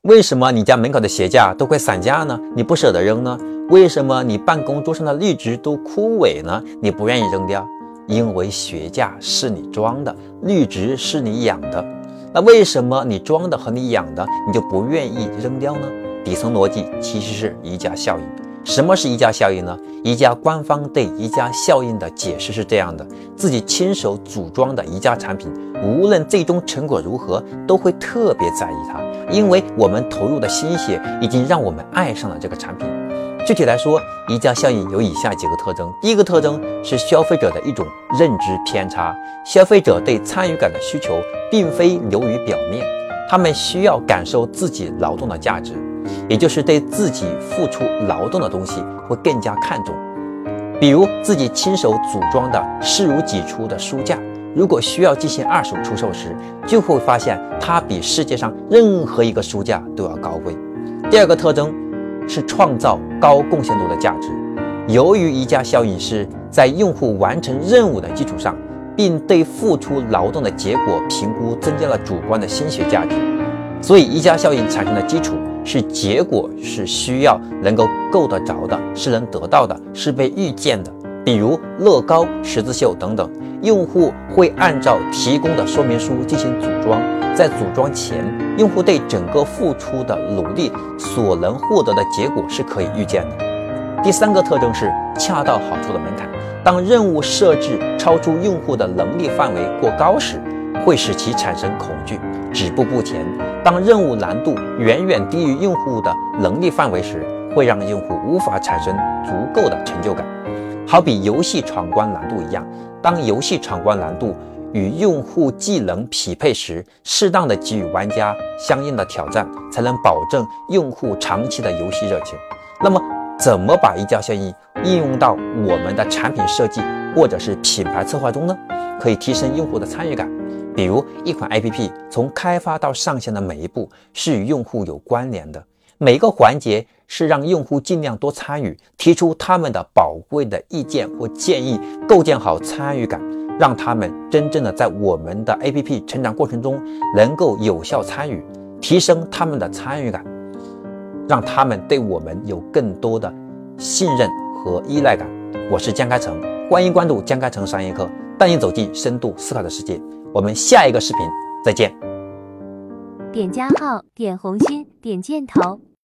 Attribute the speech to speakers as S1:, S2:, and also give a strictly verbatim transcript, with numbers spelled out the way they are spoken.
S1: 为什么你家门口的鞋架都快散架呢？你不舍得扔呢？为什么你办公桌上的绿植都枯萎呢？你不愿意扔掉？因为鞋架是你装的，绿植是你养的。那为什么你装的和你养的你就不愿意扔掉呢？底层逻辑其实是宜家效应。什么是宜家效应呢？宜家官方对宜家效应的解释是这样的：自己亲手组装的宜家产品，无论最终成果如何，都会特别在意它，因为我们投入的心血已经让我们爱上了这个产品。具体来说，宜家效应有以下几个特征。第一个特征是消费者的一种认知偏差，消费者对参与感的需求并非流于表面，他们需要感受自己劳动的价值，也就是对自己付出劳动的东西会更加看重。比如自己亲手组装的视如己出的书架，如果需要进行二手出售时，就会发现它比世界上任何一个书架都要高贵。第二个特征是创造高贡献度的价值。由于宜家效应是在用户完成任务的基础上，并对付出劳动的结果评估增加了主观的心血价值，所以宜家效应产生的基础是结果是需要能够够得着的，是能得到的，是被预见的。比如乐高、十字绣等等，用户会按照提供的说明书进行组装，在组装前，用户对整个付出的努力所能获得的结果是可以预见的。第三个特征是恰到好处的门槛。当任务设置超出用户的能力范围过高时，会使其产生恐惧，止步不前。当任务难度远远低于用户的能力范围时，会让用户无法产生足够的成就感。好比游戏闯关难度一样，当游戏闯关难度与用户技能匹配时，适当的给予玩家相应的挑战，才能保证用户长期的游戏热情。那么怎么把宜家效应应用到我们的产品设计或者是品牌策划中呢？可以提升用户的参与感。比如一款 A P P 从开发到上线的每一步是与用户有关联的，每个环节是让用户尽量多参与，提出他们的宝贵的意见或建议，构建好参与感，让他们真正的在我们的 A P P 成长过程中能够有效参与，提升他们的参与感，让他们对我们有更多的信任和依赖感。我是江开成，欢迎关注江开成商业课，带你走进深度思考的世界。我们下一个视频再见。
S2: 点加号，点红心，点箭头。